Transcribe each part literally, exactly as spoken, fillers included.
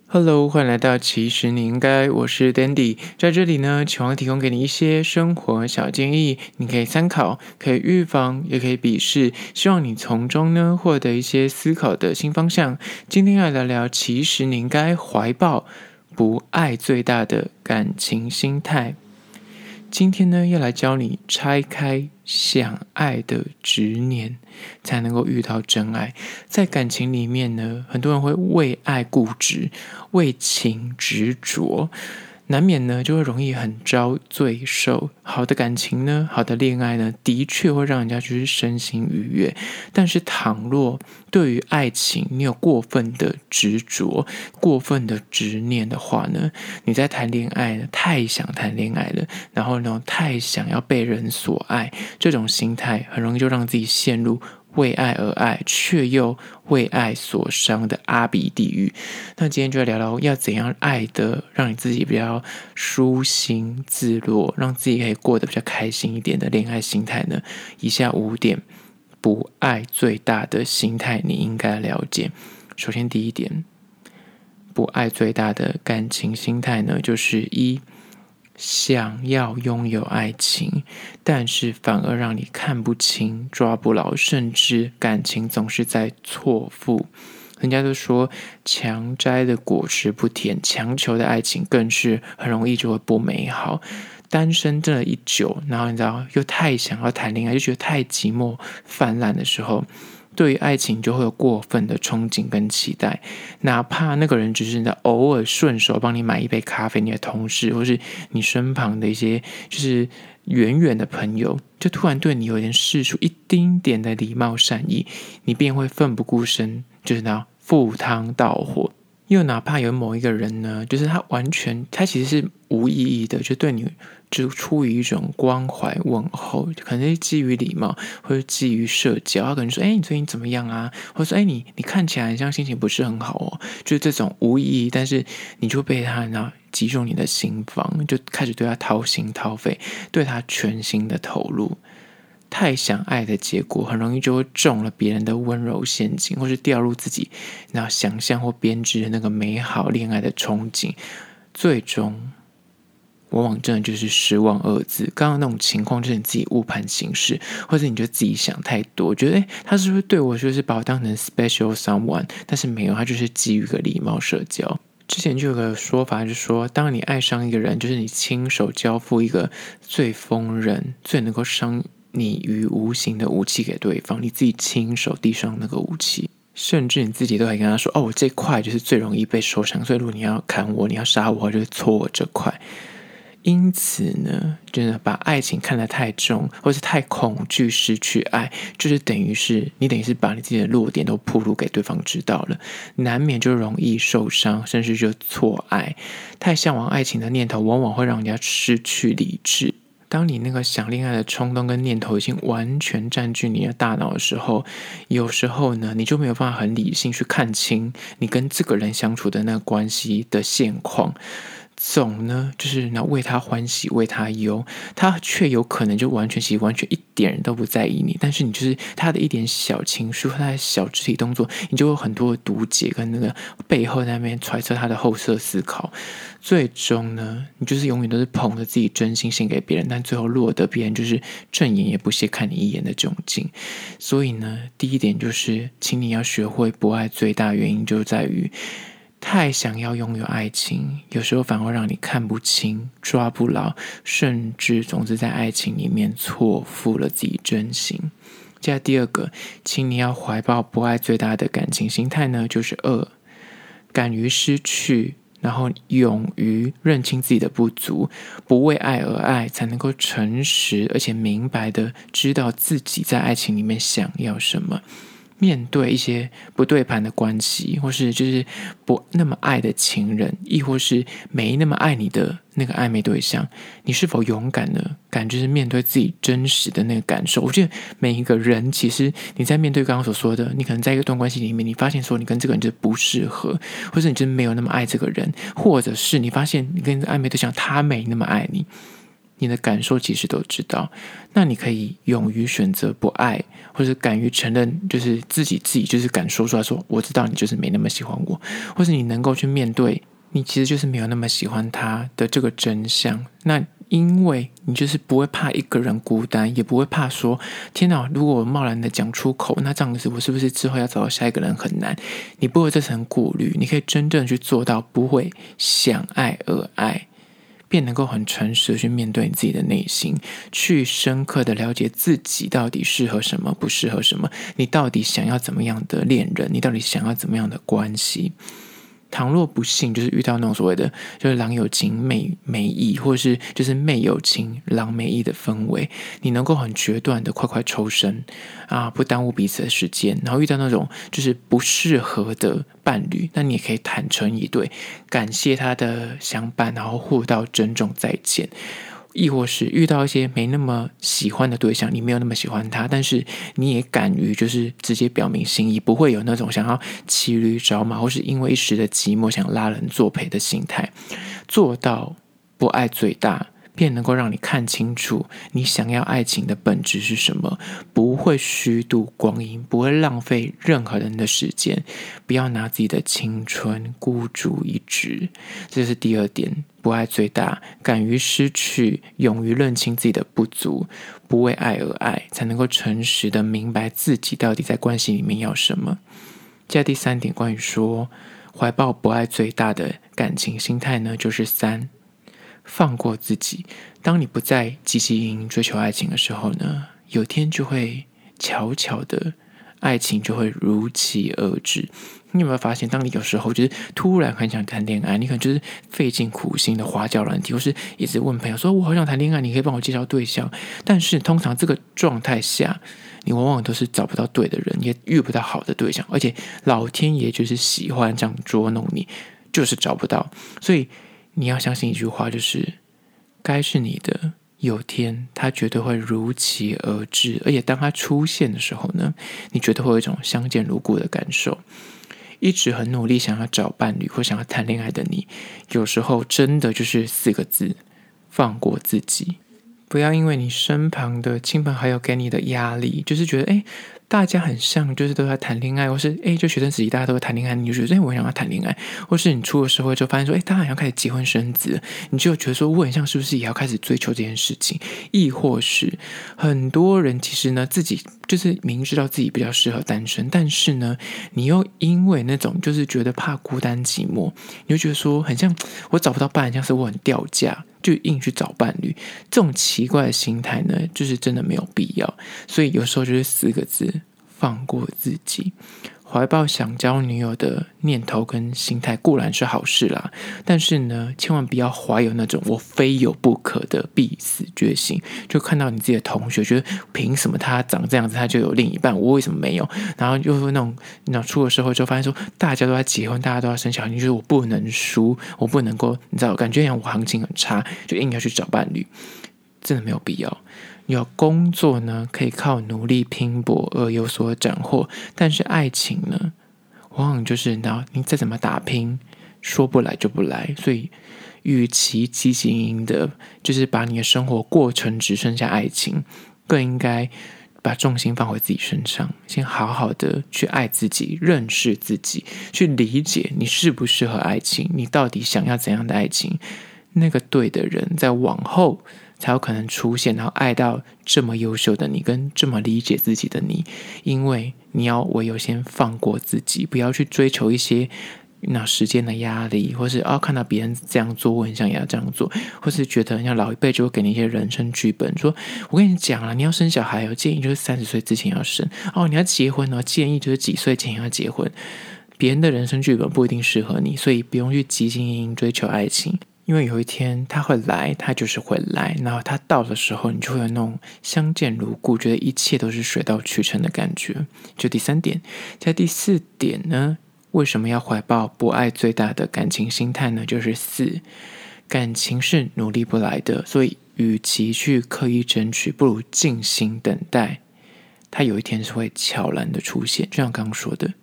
Hello，欢迎来到其实你应该，我是 Dandy， 在这里呢，期望提供给你一些生活小建议，你可以参考，可以预防，也可以比视，希望你从中呢获得一些思考的新方向。今天要聊聊，其实你应该怀抱不爱最大的感情心态。今天呢，要来教你拆开想爱的执念，才能够遇到真爱。在感情里面呢，很多人会为爱固执，为情执着，难免呢就会容易很遭罪受。好的感情呢，好的恋爱呢，的确会让人家就是身心愉悦。但是倘若对于爱情你有过分的执着、过分的执念的话呢，你在谈恋爱呢，太想谈恋爱了，然后呢太想要被人所爱，这种心态很容易就让自己陷入为爱而爱，却又为爱所伤的阿鼻地狱。那今天就来聊聊要怎样爱的让你自己比较舒心自若，让自己可以过得比较开心一点的恋爱心态呢？以下五点不爱最大的心态你应该了解。首先第一点，不爱最大的感情心态呢，就是一想要拥有爱情，但是反而让你看不清、抓不牢，甚至感情总是在错付。人家都说强摘的果实不甜，强求的爱情更是很容易就会不美好。单身真的一久，然后你知道又太想要谈恋爱，就觉得太寂寞泛滥的时候，对于爱情就会有过分的憧憬跟期待，哪怕那个人只是偶尔顺手帮你买一杯咖啡，你的同事或是你身旁的一些就是远远的朋友，就突然对你有点释出一丁点的礼貌善意，你便会奋不顾身，就是那赴汤蹈火。又哪怕有某一个人呢，就是他完全他其实是无意义的，就对你就出于一种关怀问候，可能是基于礼貌或者基于社交，他可能说哎你最近怎么样啊，或者说哎你你看起来好像心情不是很好哦，就是这种无意义，但是你就被他呢击中你的心房，就开始对他掏心掏肺，对他全心的投入。太想爱的结果，很容易就会中了别人的温柔陷阱，或是掉入自己那想象或编织的那个美好恋爱的憧憬，最终往往真的就是失望二字。刚刚那种情况就是你自己误判形势，或者你就自己想太多，觉得诶他是不是对我就是把我当成 special someone， 但是没有，他就是基于个礼貌社交。之前就有个说法，就是说当你爱上一个人，就是你亲手交付一个最锋刃、最能够伤你于无形的武器给对方，你自己亲手递上那个武器，甚至你自己都还跟他说哦，我这块就是最容易被受伤，所以如果你要砍我，你要杀我，就是戳我这块。因此呢，真的把爱情看得太重，或是太恐惧失去爱，就是等于是你等于是把你自己的弱点都暴露给对方知道了，难免就容易受伤，甚至就错爱。太向往爱情的念头，往往会让人家失去理智。当你那个想恋爱的冲动跟念头已经完全占据你的大脑的时候，有时候呢，你就没有办法很理性去看清你跟这个人相处的那个关系的现况。总呢，就是那为他欢喜为他忧，他却有可能就完全其实完全一点都不在意你，但是你就是他的一点小情绪，他的小肢体动作，你就有很多的读解跟那个背后在那边揣测他的后设思考，最终呢，你就是永远都是捧着自己真心献给别人，但最后落得别人就是正眼也不屑看你一眼的窘境。所以呢，第一点就是，请你要学会不爱最大原因就在于太想要拥有爱情，有时候反而让你看不清、抓不牢，甚至总是在爱情里面错付了自己真心。接下来第二个，请你要怀抱不爱最大的感情心态呢，就是二，敢于失去，然后勇于认清自己的不足，不为爱而爱，才能够诚实而且明白的知道自己在爱情里面想要什么。面对一些不对盘的关系，或是就是不那么爱的情人，亦或是没那么爱你的那个暧昧对象，你是否勇敢呢？敢就是面对自己真实的那个感受。我觉得每一个人，其实你在面对刚刚所说的，你可能在一段关系里面，你发现说你跟这个人就不适合，或者你真的没有那么爱这个人，或者是你发现你跟暧昧对象他没那么爱你。 你的感受其实都知道。那你可以勇于选择不爱，或者敢于承认，就是自己自己就是敢说出来说，我知道你就是没那么喜欢我，或是你能够去面对你其实就是没有那么喜欢他的这个真相。那因为你就是不会怕一个人孤单，也不会怕说天哪，如果我贸然的讲出口，那这样子我是不是之后要找到下一个人很难，你不会有这层顾虑，你可以真正去做到不会想爱而爱，便能够很诚实的去面对你自己的内心，去深刻的了解自己到底适合什么，不适合什么，你到底想要怎么样的恋人，你到底想要怎么样的关系。倘若不幸就是遇到那种所谓的就是郎有情妹没意，或者是就是妹有情郎没意的氛围，你能够很决断的快快抽身啊，不耽误彼此的时间。然后遇到那种就是不适合的伴侣，那你也可以坦诚以对，感谢他的相伴，然后互道珍重再见。亦或是遇到一些没那么喜欢的对象，你没有那么喜欢他，但是你也敢于就是直接表明心意，不会有那种想要骑驴找马，或是因为一时的寂寞想拉人作陪的心态，做到不爱最大，便能够让你看清楚你想要爱情的本质是什么，不会虚度光阴，不会浪费任何人的时间，不要拿自己的青春孤注一掷。这是第二点，不爱最大，敢于失去，勇于认清自己的不足，不为爱而爱，才能够诚实的明白自己到底在关系里面要什么。接下来第三点，关于说怀抱不爱最大的感情心态呢，就是三，放过自己。当你不再积极营营追求爱情的时候呢，有天就会悄悄的，爱情就会如期而至。你有没有发现，当你有时候就是突然很想谈恋爱，你可能就是费尽苦心的滑交软体，或是一直问朋友说我好想谈恋爱，你可以帮我介绍对象。但是通常这个状态下，你往往都是找不到对的人，也遇不到好的对象，而且老天爷就是喜欢这样捉弄你，就是找不到。所以你要相信一句话，就是该是你的，有天它绝对会如期而至。而且当它出现的时候呢，你绝对会有一种相见如故的感受。一直很努力想要找伴侣或想要谈恋爱的你，有时候真的就是四个字，放过自己。不要因为你身旁的亲朋好友给你的压力，就是觉得哎，大家很像，就是都在谈恋爱，或是哎，就学生时期大家都在谈恋爱，你就觉得哎，我想要谈恋爱，或是你出了社会就发现说，哎，大家好像开始结婚生子，你就觉得说，我很像是不是也要开始追求这件事情？亦或是很多人其实呢，自己就是明知道自己比较适合单身，但是呢，你又因为那种就是觉得怕孤单寂寞，你就觉得说，很像我找不到伴，像是我很掉价，就硬去找伴侣。这种奇怪的心态呢，就是真的没有必要。所以有时候就是四个字，放过自己。怀抱想交女友的念头跟心态固然是好事啦，但是呢，千万不要怀有那种我非有不可的必死决心。就看到你自己的同学，觉得凭什么他长这样子他就有另一半，我为什么没有？然后又那种你知道出了社会就发现说大家都在结婚，大家都要生小孩，你觉得我不能输，我不能够，你知道感觉像我行情很差，就硬要去找伴侣，真的没有必要。有工作呢，可以靠努力拼搏而有所斩获，但是爱情呢，往往就是你再怎么打拼，说不来就不来。所以，与其积极营营的，就是把你的生活过成只剩下爱情，更应该把重心放回自己身上，先好好的去爱自己，认识自己，去理解你适不适合爱情，你到底想要怎样的爱情，那个对的人在往后才有可能出现，然后爱到这么优秀的你，跟这么理解自己的你。因为你要唯有先放过自己，不要去追求一些那时间的压力，或是哦看到别人这样做，我很想也要这样做，或是觉得像老一辈就会给你一些人生剧本，说我跟你讲了，你要生小孩，我建议就是三十岁之前要生哦，你要结婚哦，建议就是几岁前要结婚。别人的人生剧本不一定适合你，所以不用去急急营营追求爱情。因为有一天他会来，他就是会来，然后他到的时候，你就会有那种相见如故，觉得一切都是水到渠成的感觉。就第三点。在第四点呢，为什么要怀抱不爱最大的感情心态呢？就是四，感情是努力不来的，所以与其去刻意争取，不如静心等待，它有一天是会悄然的出现。就像刚刚说的，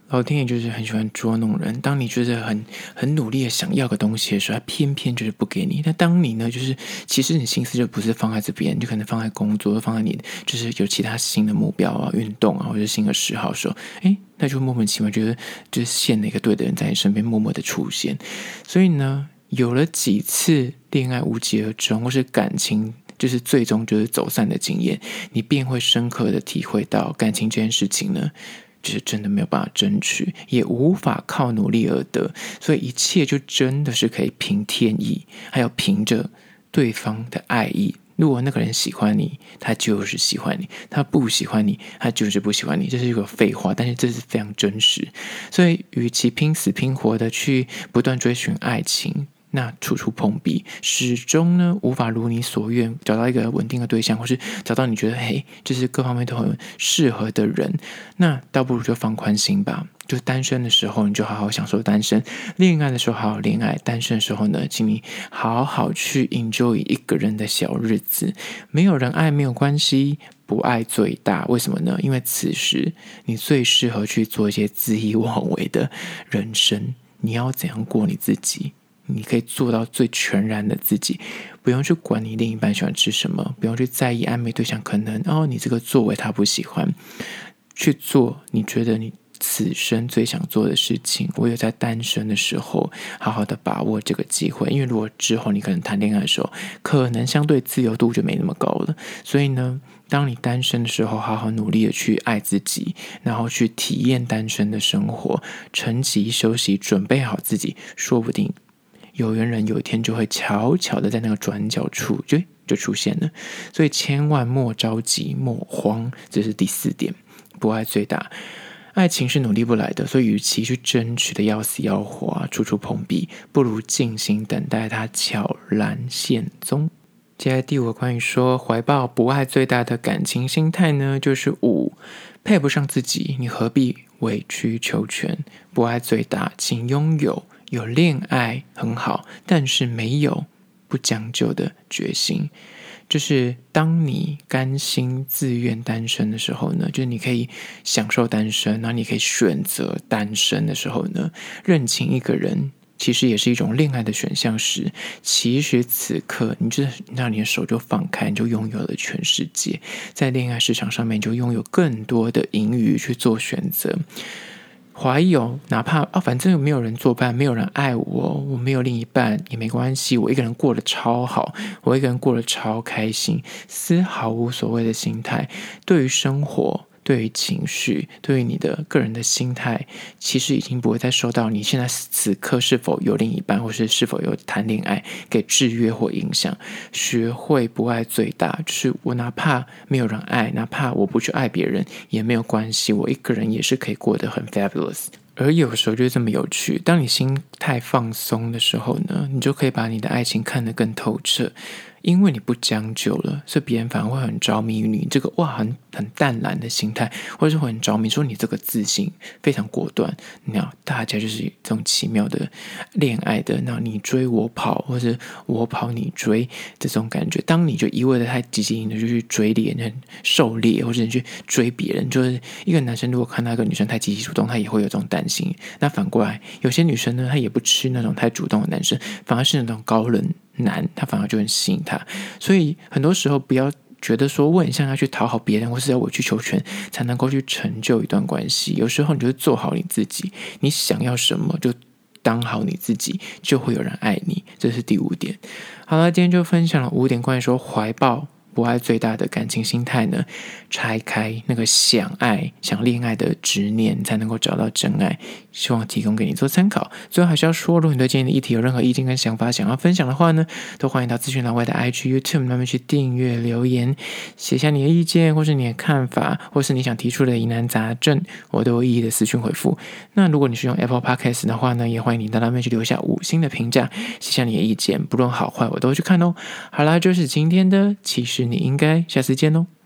老天爷就是很喜欢捉弄人，当你就是很很努力的想要个东西的时候，他偏偏就是不给你。那当你呢，就是其实你心思就不是放在这边，就可能放在工作，放在你就是有其他新的目标啊、运动啊，或者新的嗜好的时候，诶，那就莫名其妙觉得就是陷了一个对的人在你身边默默的出现。所以呢，有了几次恋爱无疾而终，或是感情就是最终就是走散的经验，你便会深刻的体会到感情这件事情呢，就是真的没有办法争取，也无法靠努力而得，所以一切就真的是可以凭天意，还有凭着对方的爱意。如果那个人喜欢你，他就是喜欢你；他不喜欢你，他就是不喜欢你。这是一个废话，但是这是非常真实。所以，与其拼死拼活的去不断追寻爱情，那处处碰壁，始终呢无法如你所愿找到一个稳定的对象，或是找到你觉得嘿，就是各方面都很适合的人，那倒不如就放宽心吧。就单身的时候，你就好好享受单身；恋爱的时候，好好恋爱；单身的时候呢，请你好好去 enjoy 一个人的小日子。没有人爱没有关系，不爱最大。为什么呢？因为此时你最适合去做一些恣意妄为的人生。你要怎样过你自己？你可以做到最全然的自己，不用去管你另一半喜欢吃什么，不用去在意暧昧对象可能哦你这个作为他不喜欢，去做你觉得你此生最想做的事情。我有在单身的时候好好的把握这个机会，因为如果之后你可能谈恋爱的时候，可能相对自由度就没那么高了。所以呢，当你单身的时候，好好努力的去爱自己，然后去体验单身的生活，沉寂休息，准备好自己，说不定有缘人有一天就会悄悄的在那个转角处就就出现了。所以千万莫着急莫慌，这是第四点，不爱最大。爱情是努力不来的，所以与其去争取的要死要活啊，处处碰壁，不如静心等待它悄然现踪。接下来第五个关于说怀抱不爱最大的感情心态呢，就是五，配不上自己，你何必委曲求全？不爱最大，请拥有有恋爱很好，但是没有不将就的决心。就是当你甘心自愿单身的时候呢，就是你可以享受单身，然后你可以选择单身的时候呢，认清一个人其实也是一种恋爱的选项时，其实此刻你就让你的手就放开，你就拥有了全世界。在恋爱市场上面，你就拥有更多的盈余去做选择。怀有哪怕啊，反正没有人作伴，没有人爱我，我没有另一半也没关系，我一个人过得超好，我一个人过得超开心，丝毫无所谓的心态，对于生活，对于情绪，对于你的个人的心态，其实已经不会再受到你现在此刻是否有另一半，或是是否有谈恋爱给制约或影响。学会不爱最大，就是我哪怕没有人爱，哪怕我不去爱别人也没有关系，我一个人也是可以过得很 fabulous。而有时候就是这么有趣，当你心态放松的时候呢，你就可以把你的爱情看得更透彻。因为你不将就了，所以别人反而会很着迷于你这个哇很很淡然的心态，或者是会很着迷说你这个自信非常果断。那大家就是这种奇妙的恋爱的，那你追我跑，或者我跑你追这种感觉。当你就一味的太积极的就去追猎人、狩猎，或者你去追别人，就是一个男生如果看到一个女生太积极主动，他也会有这种担心。那反过来，有些女生呢，她也不吃那种太主动的男生，反而是那种高冷男，他反而就很吸引他。所以很多时候不要觉得说我很像要去讨好别人，或是要委曲求全才能够去成就一段关系。有时候你就是做好你自己，你想要什么就当好你自己，就会有人爱你。这是第五点。好了，今天就分享了五点关于说怀抱不爱最大的感情心态呢，拆开那个想爱想恋爱的执念，才能够找到真爱。希望提供给你做参考。最后还是要说，如果你对今天的议题有任何意见跟想法想要分享的话呢，都欢迎到资讯栏外的 I G YouTube 那边去订阅留言，写下你的意见或是你的看法，或是你想提出的疑难杂症，我都有一一的私讯回复。那如果你是用 Apple Podcast 的话呢，也欢迎你到那边去留下五星的评价，写下你的意见，不论好坏我都会去看哦。好啦，就是今天的其实你应该，下次见哦。